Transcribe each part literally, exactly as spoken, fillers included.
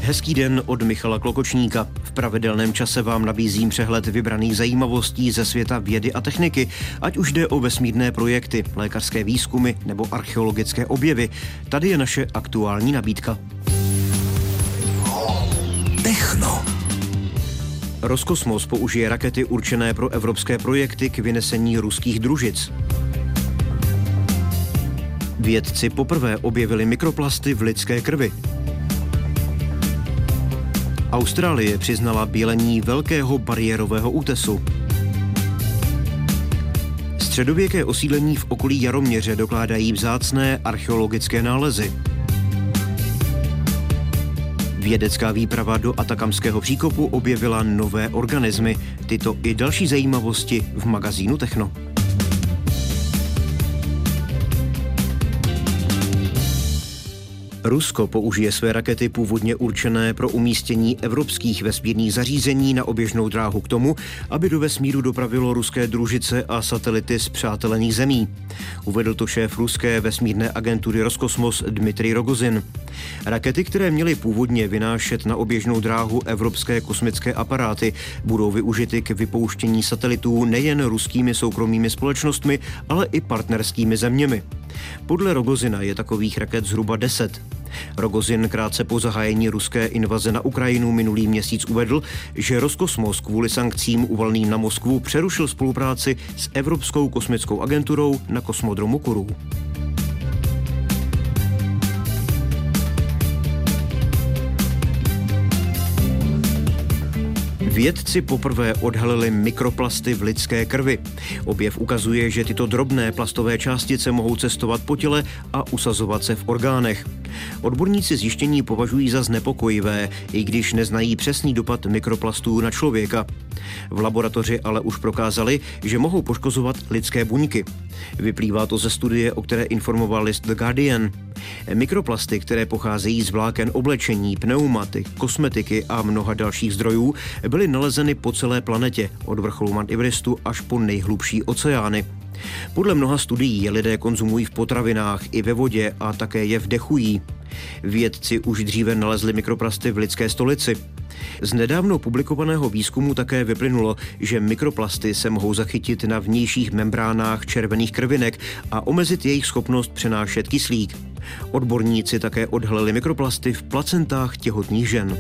Hezký den od Michala Klokočníka. V pravidelném čase vám nabízím přehled vybraných zajímavostí ze světa vědy a techniky, ať už jde o vesmírné projekty, lékařské výzkumy nebo archeologické objevy. Tady je naše aktuální nabídka. Techno. Roskosmos použije rakety určené pro evropské projekty k vynesení ruských družic. Vědci poprvé objevili mikroplasty v lidské krvi. Austrálie přiznala bělení velkého bariérového útesu. Středověké osídlení v okolí Jaroměře dokládají vzácné archeologické nálezy. Vědecká výprava do Atakamského příkopu objevila nové organismy. Tyto i další zajímavosti v magazínu Techno. Rusko použije své rakety původně určené pro umístění evropských vesmírných zařízení na oběžnou dráhu k tomu, aby do vesmíru dopravilo ruské družice a satelity z přátelených zemí. Uvedl to šéf ruské vesmírné agentury Roskosmos Dmitrij Rogozin. Rakety, které měly původně vynášet na oběžnou dráhu evropské kosmické aparáty, budou využity k vypouštění satelitů nejen ruskými soukromými společnostmi, ale i partnerskými zeměmi. Podle Rogozina je takových raket zhruba deset. Rogozin krátce po zahájení ruské invaze na Ukrajinu minulý měsíc uvedl, že Roskosmos kvůli sankcím uvaleným na Moskvu přerušil spolupráci s Evropskou kosmickou agenturou na kosmodromu Kourou. Vědci poprvé odhalili mikroplasty v lidské krvi. Objev ukazuje, že tyto drobné plastové částice mohou cestovat po těle a usazovat se v orgánech. Odborníci zjištění považují za znepokojivé, i když neznají přesný dopad mikroplastů na člověka. V laboratoři ale už prokázali, že mohou poškozovat lidské buňky. Vyplývá to ze studie, o které informoval list The Guardian. Mikroplasty, které pocházejí z vláken oblečení, pneumatik, kosmetiky a mnoha dalších zdrojů, byly nalezeny po celé planetě, od vrcholu Mount Everestu až po nejhlubší oceány. Podle mnoha studií je lidé konzumují v potravinách i ve vodě a také je vdechují. Vědci už dříve nalezli mikroplasty v lidské stolici. Z nedávno publikovaného výzkumu také vyplynulo, že mikroplasty se mohou zachytit na vnějších membránách červených krvinek a omezit jejich schopnost přenášet kyslík. Odborníci také odhalili mikroplasty v placentách těhotných žen.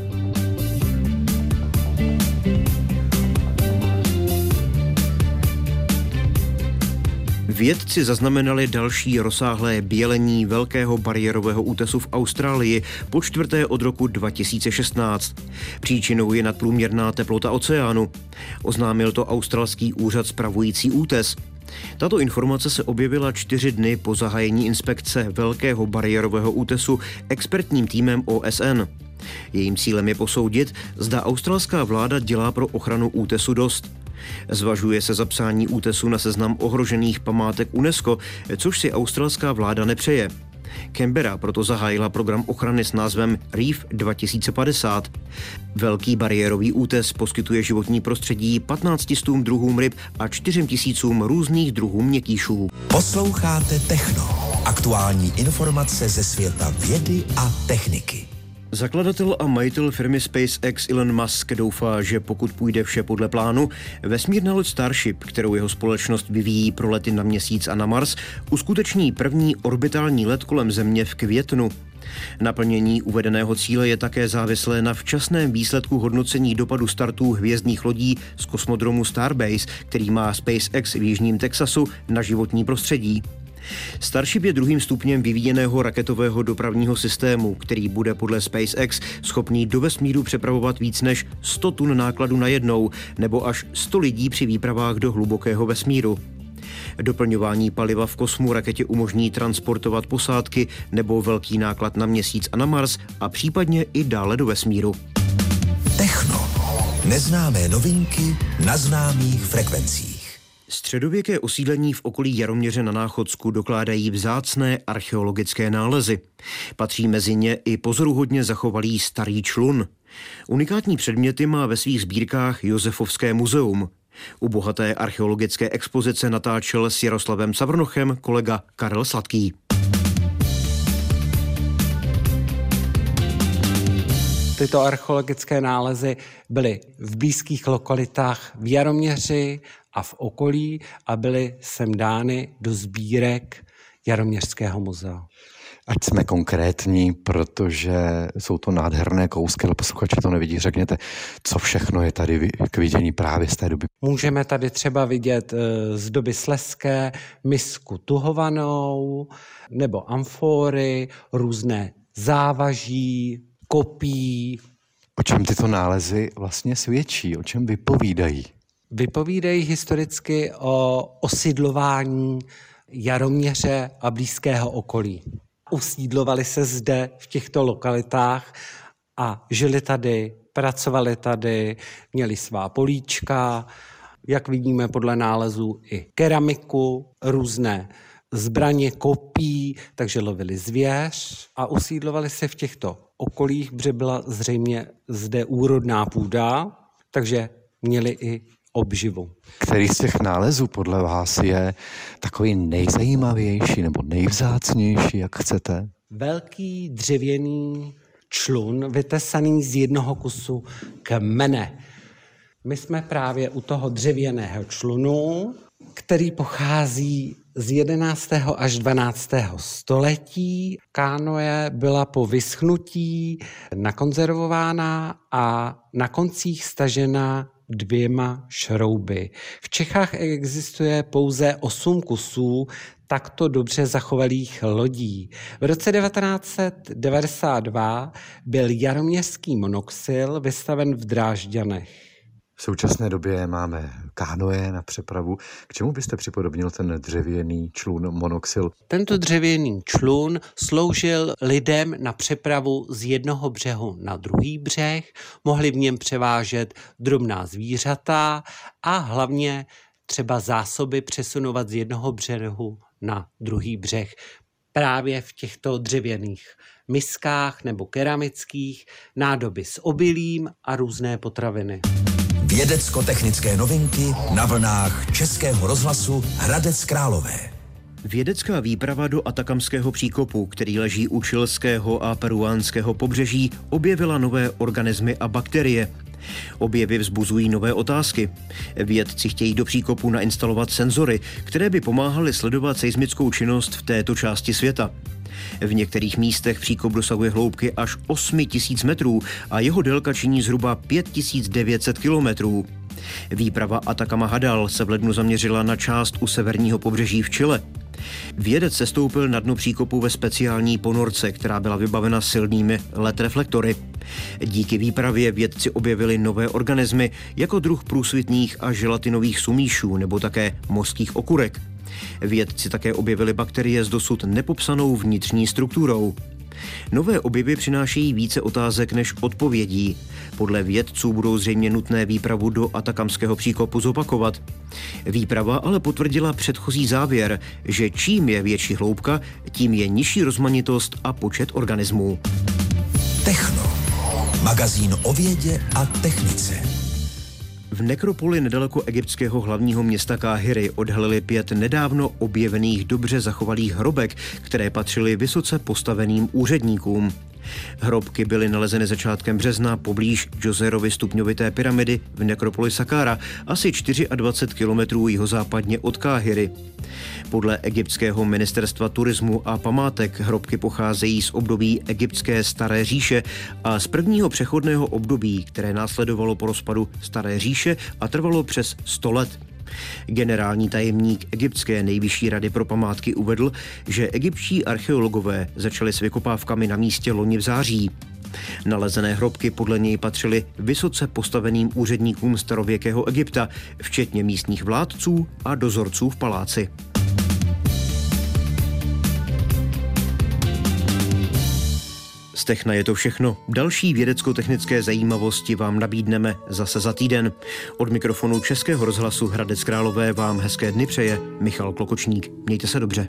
Vědci zaznamenali další rozsáhlé bělení velkého bariérového útesu v Austrálii, po čtvrté od roku dva tisíce šestnáct. Příčinou je nadprůměrná teplota oceánu. Oznámil to australský úřad spravující útes. Tato informace se objevila čtyři dny po zahájení inspekce velkého bariérového útesu expertním týmem O S N. Jejím cílem je posoudit, zda australská vláda dělá pro ochranu útesu dost. Zvažuje se zapsání útesu na seznam ohrožených památek UNESCO, což si australská vláda nepřeje. Canberra proto zahájila program ochrany s názvem Reef dva tisíce padesát. Velký bariérový útes poskytuje životní prostředí patnácti stům druhům ryb a čtyřem tisícům různých druhů měkkýšů. Posloucháte Techno. Aktuální informace ze světa vědy a techniky. Zakladatel a majitel firmy SpaceX Elon Musk doufá, že pokud půjde vše podle plánu, vesmírná loď Starship, kterou jeho společnost vyvíjí pro lety na Měsíc a na Mars, uskuteční první orbitální let kolem Země v květnu. Naplnění uvedeného cíle je také závislé na včasném výsledku hodnocení dopadu startů hvězdných lodí z kosmodromu Starbase, který má SpaceX v jižním Texasu, na životní prostředí. Starship je druhým stupněm vyvíjeného raketového dopravního systému, který bude podle SpaceX schopný do vesmíru přepravovat víc než sto tun nákladu najednou, nebo až sto lidí při výpravách do hlubokého vesmíru. Doplňování paliva v kosmu raketě umožní transportovat posádky nebo velký náklad na Měsíc a na Mars a případně i dále do vesmíru. Techno. Neznámé novinky na známých frekvencích. Středověké osídlení v okolí Jaroměře na Náchodsku dokládají vzácné archeologické nálezy. Patří mezi ně i pozoruhodně zachovalý starý člun. Unikátní předměty má ve svých sbírkách Josefovské muzeum. U bohaté archeologické expozice natáčel s Jaroslavem Savrnochem kolega Karel Sladký. Tyto archeologické nálezy byly v blízkých lokalitách v Jaroměři a v okolí a byly sem dány do sbírek Jaroměřského muzea. Ať jsme konkrétní, protože jsou to nádherné kousky, ale posluchači to nevidí. Řekněte, co všechno je tady k vidění právě z té doby. Můžeme tady třeba vidět z doby Slezské misku tuhovanou nebo amfory, různé závaží, kopí. O čem tyto nálezy vlastně svědčí? O čem vypovídají? Vypovídají historicky o osidlování Jaroměře a blízkého okolí. Usídlovali se zde v těchto lokalitách a žili tady, pracovali tady, měli svá políčka, jak vidíme podle nálezů i keramiku, různé zbraně, kopí, takže lovili zvěř a usídlovali se v těchto okolích, protože byla zřejmě zde úrodná půda, takže měli i obživu. Který z těch nálezů podle vás je takový nejzajímavější nebo nejvzácnější, jak chcete? Velký dřevěný člun vytesaný z jednoho kusu kmene. My jsme právě u toho dřevěného člunu, který pochází z jedenáctého až dvanáctého století. Kánoe byla po vyschnutí nakonzervována a na koncích stažena dvěma šrouby. V Čechách existuje pouze osm kusů takto dobře zachovalých lodí. V roce devatenáct set devadesát dva byl jaroměřský monoxyl vystaven v Drážďanech. V současné době máme kánoe na přepravu. K čemu byste připodobnil ten dřevěný člun monoxyl? Tento dřevěný člun sloužil lidem na přepravu z jednoho břehu na druhý břeh, mohli v něm převážet drobná zvířata a hlavně třeba zásoby přesunovat z jednoho břehu na druhý břeh. Právě v těchto dřevěných miskách nebo keramických, nádoby s obilím a různé potraviny. Vědecko-technické novinky na vlnách Českého rozhlasu Hradec Králové. Vědecká výprava do Atakamského příkopu, který leží u chilského a peruánského pobřeží, objevila nové organismy a bakterie. Objevy vzbuzují nové otázky. Vědci chtějí do příkopu nainstalovat senzory, které by pomáhaly sledovat seismickou činnost v této části světa. V některých místech příkop dosahuje hloubky až osm tisíc metrů a jeho délka činí zhruba pět tisíc devět set kilometrů. Výprava Atacama Hadal se v lednu zaměřila na část u severního pobřeží v Chile. Vědec sestoupil na dno příkopu ve speciální ponorce, která byla vybavena silnými el é dé reflektory. Díky výpravě vědci objevili nové organismy jako druh průsvitných a želatinových sumíšů nebo také mořských okurek. Vědci také objevili bakterie s dosud nepopsanou vnitřní strukturou. Nové objevy přinášejí více otázek než odpovědí. Podle vědců budou zřejmě nutné výpravu do Atakamského příkopu zopakovat. Výprava ale potvrdila předchozí závěr, že čím je větší hloubka, tím je nižší rozmanitost a počet organismů. Techno. Magazín o vědě a technice. V nekropoli nedaleko egyptského hlavního města Káhiry odhalili pět nedávno objevených dobře zachovalých hrobek, které patřily vysoce postaveným úředníkům. Hrobky byly nalezeny začátkem března poblíž Džozerovy stupňovité pyramidy v nekropoli Sakára, asi dvacet čtyři kilometrů jihozápadně od Káhiry. Podle egyptského ministerstva turismu a památek hrobky pocházejí z období egyptské Staré říše a z prvního přechodného období, které následovalo po rozpadu Staré říše a trvalo přes sto let. Generální tajemník egyptské nejvyšší rady pro památky uvedl, že egyptští archeologové začali s vykopávkami na místě loni v září. Nalezené hrobky podle něj patřily vysoce postaveným úředníkům starověkého Egypta, včetně místních vládců a dozorců v paláci. Z Techna je to všechno. Další vědecko-technické zajímavosti vám nabídneme zase za týden. Od mikrofonu Českého rozhlasu Hradec Králové vám hezké dny přeje Michal Klokočník. Mějte se dobře.